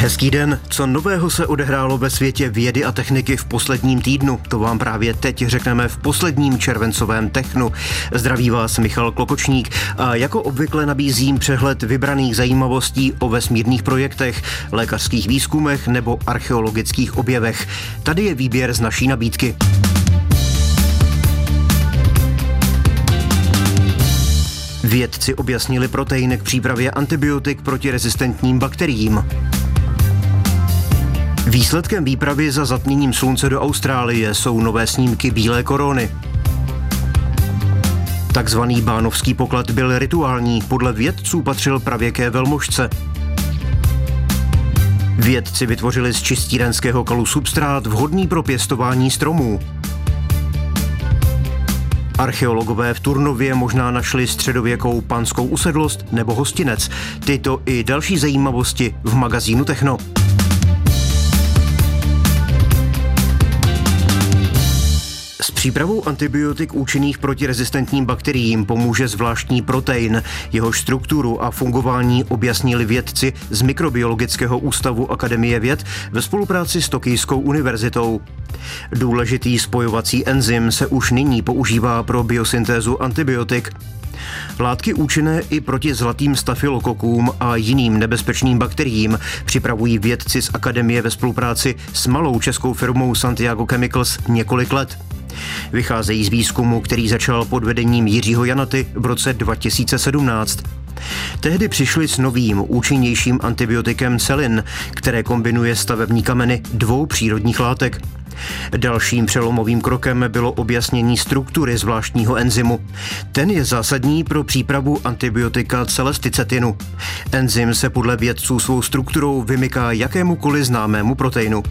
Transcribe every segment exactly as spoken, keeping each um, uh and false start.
Hezký den. Co nového se odehrálo ve světě vědy a techniky v posledním týdnu? To vám právě teď řekneme v posledním červencovém Technu. Zdraví vás Michal Klokočník a jako obvykle nabízím přehled vybraných zajímavostí o vesmírných projektech, lékařských výzkumech nebo archeologických objevech. Tady je výběr z naší nabídky. Vědci objasnili protein k přípravě antibiotik proti rezistentním bakteriím. Výsledkem výpravy za zatměním slunce do Austrálie jsou nové snímky bílé korony. Takzvaný bánovský poklad byl rituální, podle vědců patřil pravěké velmožce. Vědci vytvořili z čistírenského kalu substrát vhodný pro pěstování stromů. Archeologové v Turnově možná našli středověkou panskou usedlost nebo hostinec. Tyto i další zajímavosti v magazínu Techno. S přípravou antibiotik účinných proti rezistentním bakteriím pomůže zvláštní protein. Jehož strukturu a fungování objasnili vědci z Mikrobiologického ústavu Akademie věd ve spolupráci s Tokijskou univerzitou. Důležitý spojovací enzym se už nyní používá pro biosyntézu antibiotik. Látky účinné i proti zlatým stafylokokům a jiným nebezpečným bakteriím připravují vědci z Akademie ve spolupráci s malou českou firmou Santiago Chemicals několik let. Vycházejí z výzkumu, který začal pod vedením Jiřího Janaty v roce dva tisíce sedmnáct. Tehdy přišli s novým, účinnějším antibiotikem Celin, které kombinuje stavební kameny dvou přírodních látek. Dalším přelomovým krokem bylo objasnění struktury zvláštního enzymu. Ten je zásadní pro přípravu antibiotika celesticetinu. Enzym se podle vědců svou strukturou vymyká jakémukoliv známému proteinu.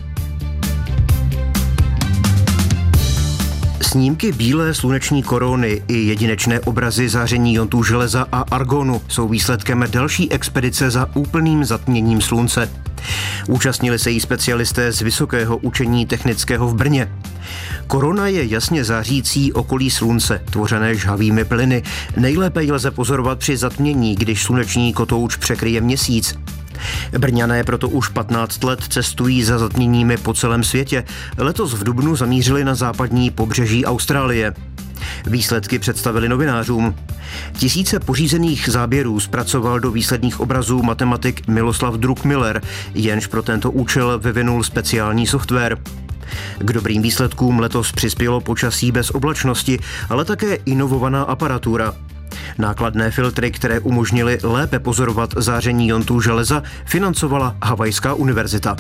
Snímky bílé sluneční korony i jedinečné obrazy záření iontů železa a argonu jsou výsledkem další expedice za úplným zatměním slunce. Účastnili se jí specialisté z Vysokého učení technického v Brně. Korona je jasně zářící okolí slunce, tvořené žhavými plyny. Nejlépe ji lze pozorovat při zatmění, když sluneční kotouč překryje měsíc. Brňané proto už patnáct let cestují za zatměními po celém světě. Letos v dubnu zamířili na západní pobřeží Austrálie. Výsledky představili novinářům. Tisíce pořízených záběrů zpracoval do výsledných obrazů matematik Miloslav Druckmiller, jenž pro tento účel vyvinul speciální software. K dobrým výsledkům letos přispělo počasí bez oblačnosti, ale také inovovaná aparatura. Nákladné filtry, které umožnily lépe pozorovat záření iontů železa, financovala Havajská univerzita.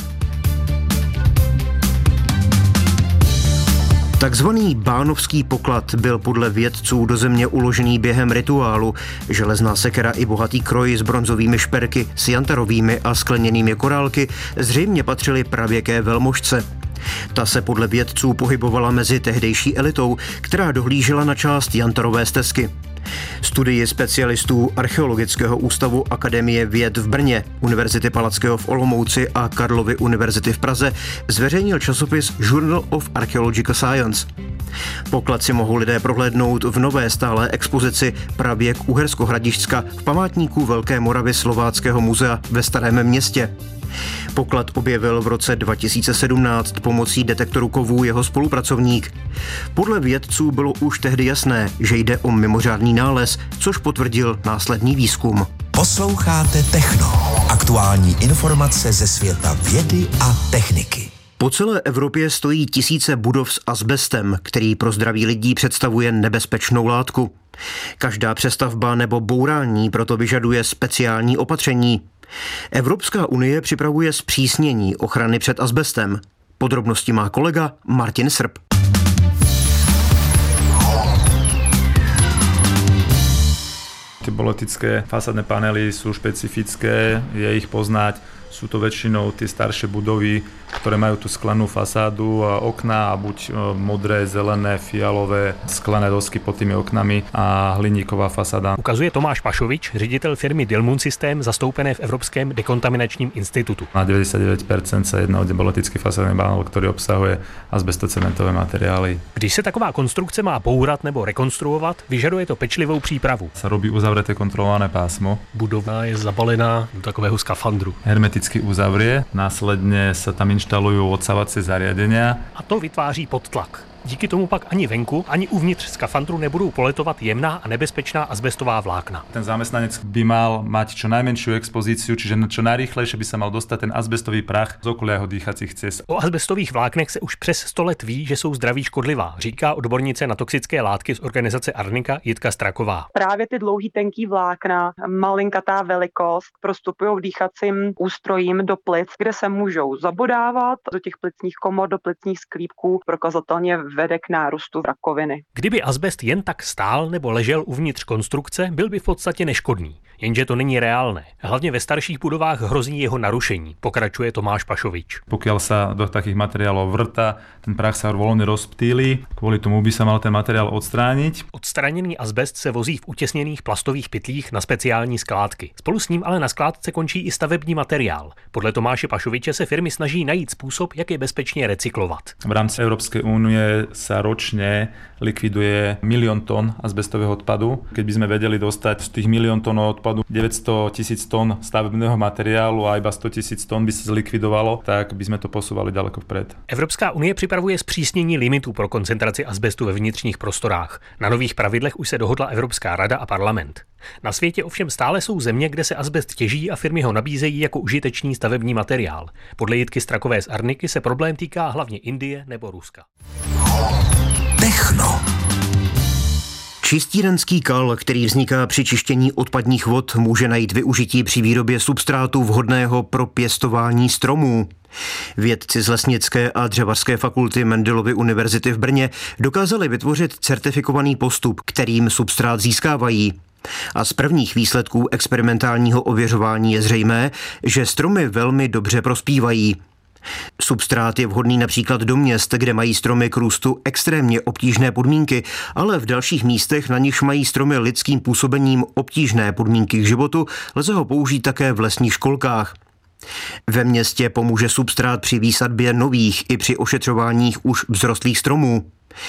Takzvaný bánovský poklad byl podle vědců do země uložený během rituálu. Železná sekera i bohatý kroj s bronzovými šperky, s jantarovými a skleněnými korálky zřejmě patřily pravěké velmožce. Ta se podle vědců pohybovala mezi tehdejší elitou, která dohlížela na část jantarové stezky. Studii specialistů Archeologického ústavu Akademie věd v Brně, Univerzity Palackého v Olomouci a Karlovy univerzity v Praze zveřejnil časopis Journal of Archaeological Science. Poklad si mohou lidé prohlédnout v nové stálé expozici Pravěk Uhersko-Hradišťska v památníku Velké Moravy Slováckého muzea ve Starém Městě. Poklad objevil v roce dva tisíce sedmnáct pomocí detektoru kovů jeho spolupracovník. Podle vědců bylo už tehdy jasné, že jde o mimořádný nález, což potvrdil následný výzkum. Posloucháte Techno. Aktuální informace ze světa vědy a techniky. Po celé Evropě stojí tisíce budov s azbestem, který pro zdraví lidí představuje nebezpečnou látku. Každá přestavba nebo bourání proto vyžaduje speciální opatření. Evropská unie připravuje zpřísnění ochrany před azbestem. Podrobnosti má kolega Martin Srb. Ty boletické fásádne panely sú špecifické, je ich poznať. Sú to väčšinou tie staršie budovy, ktoré majú tú sklenú fasádu a okná, a buď modré, zelené, fialové, sklené dosky pod tými oknami a hliníková fasáda. Ukazuje Tomáš Pašovič, ředitel firmy Dilmun System, zastoupené v Evropském dekontaminačním institutu. Na deväťdesiatdeväť percent sa jedná o boletický fasádny panel, ktorý obsahuje azbestocementové materiály. Když se taková konstrukce má bourat nebo rekonstruovat, vyžaduje to pečlivou přípravu. Sa robí uzavreté kontrolované pásmo. Budova je zabalená do takového skafandru. Hermeticky hermeticky uzavrie, následne sa tam inštalujú odsávacie zariadenia. A to vytváří podtlak. Díky tomu pak ani venku, ani uvnitř skafandru nebudou poletovat jemná a nebezpečná azbestová vlákna. Ten zamestnanec by mal mať čo najmenšiu expozíciu, čiže čo najrýchlejšie by sa mal dostať ten azbestový prach z okolia jeho dýchacích ciest. O azbestových vláknech se už přes sto let ví, že jsou zdraví škodlivá, říká odbornice na toxické látky z organizace Arnika Jitka Straková. Právě ty dlouhý tenký vlákna, malinkatá velikost, prostupují v dýchacím ústrojím do plic, kde se můžou zabodávat do těch plicních komor, do plicních sklípků, prokazatelně vede k nárůstu rakoviny. Kdyby azbest jen tak stál nebo ležel uvnitř konstrukce, byl by v podstatě neškodný. Jenže to není reálné. Hlavně ve starších budovách hrozí jeho narušení, pokračuje Tomáš Pašovič. Pokiaľ sa do takých materiálov vrta, ten prach sa voľne rozptýli, kvôli tomu by sa mal ten materiál odstrániť. Odstraněný azbest se vozí v utěsněných plastových pytlích na speciální skládky. Spolu s ním ale na skládce končí i stavební materiál. Podle Tomáše Pašoviče se firmy snaží najít způsob, jak je bezpečně recyklovat. V rámci Európskej únie sa ročne likviduje milión tón azbestového odpadu. Keď by sme vedeli dostať z tých milión tón odpadu deväťsto tisíc tón stavebného materiálu a iba sto tisíc tón by sa zlikvidovalo, tak by sme to posúvali ďaleko vpred. Evropská unie připravuje zpřísnění limitů pro koncentraci azbestu ve vnitřních prostorách. Na nových pravidlech už se dohodla Evropská rada a parlament. Na světě ovšem stále jsou země, kde se azbest těží a firmy ho nabízejí jako užitečný stavební materiál. Podle Jitky Strakové z Arniky se problém týká hlavně Indie nebo Ruska. Techno. Čistírenský kal, který vzniká při čištění odpadních vod, může najít využití při výrobě substrátu vhodného pro pěstování stromů. Vědci z Lesnické a dřevařské fakulty Mendelovy univerzity v Brně dokázali vytvořit certifikovaný postup, kterým substrát získávají. A z prvních výsledků experimentálního ověřování je zřejmé, že stromy velmi dobře prospívají. Substrát je vhodný například do měst, kde mají stromy k růstu extrémně obtížné podmínky, ale v dalších místech, na nichž mají stromy lidským působením obtížné podmínky k životu, lze ho použít také v lesních školkách. Ve městě pomůže substrát při výsadbě nových i při ošetřováních už vzrostlých stromů.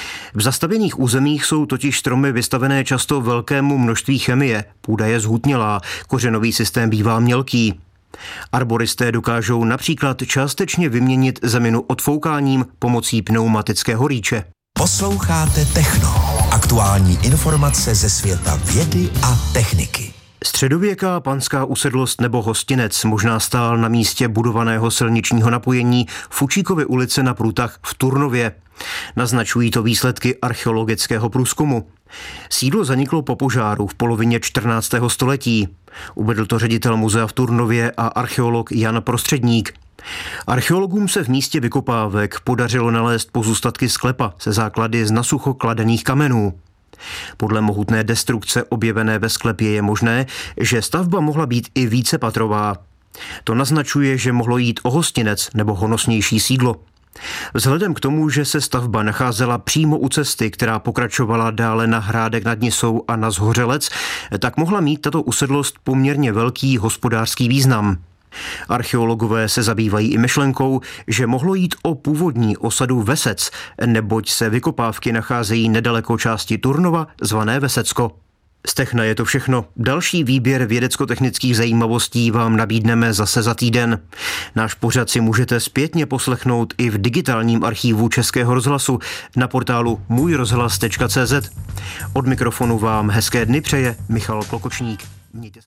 V zastavěných územích jsou totiž stromy vystavené často velkému množství chemie, půda je zhutnělá, kořenový systém bývá mělký. Arboristé dokážou například částečně vyměnit zeminu odfoukáním pomocí pneumatického rýče. Posloucháte Techno. Aktuální informace ze světa vědy a techniky. Středověká panská usedlost nebo hostinec možná stál na místě budovaného silničního napojení Fučíkovy ulice na Prutách v Turnově. Naznačují to výsledky archeologického průzkumu. Sídlo zaniklo po požáru v polovině čtrnáctého století. Uvedl to ředitel muzea v Turnově a archeolog Jan Prostředník. Archeologům se v místě vykopávek podařilo nalézt pozůstatky sklepa se základy z nasucho kladených kamenů. Podle mohutné destrukce objevené ve sklepě je možné, že stavba mohla být i vícepatrová. To naznačuje, že mohlo jít o hostinec nebo honosnější sídlo. Vzhledem k tomu, že se stavba nacházela přímo u cesty, která pokračovala dále na Hrádek nad Nisou a na Zhořelec, tak mohla mít tato usedlost poměrně velký hospodářský význam. Archeologové se zabývají i myšlenkou, že mohlo jít o původní osadu Vesec, neboť se vykopávky nacházejí nedaleko části Turnova, zvané Vesecko. Z Techna je to všechno. Další výběr vědecko-technických zajímavostí vám nabídneme zase za týden. Náš pořad si můžete zpětně poslechnout i v digitálním archívu Českého rozhlasu na portálu můj rozhlas tečka cé zet. Od mikrofonu vám hezké dny přeje Michal Klokočník. Mějte se.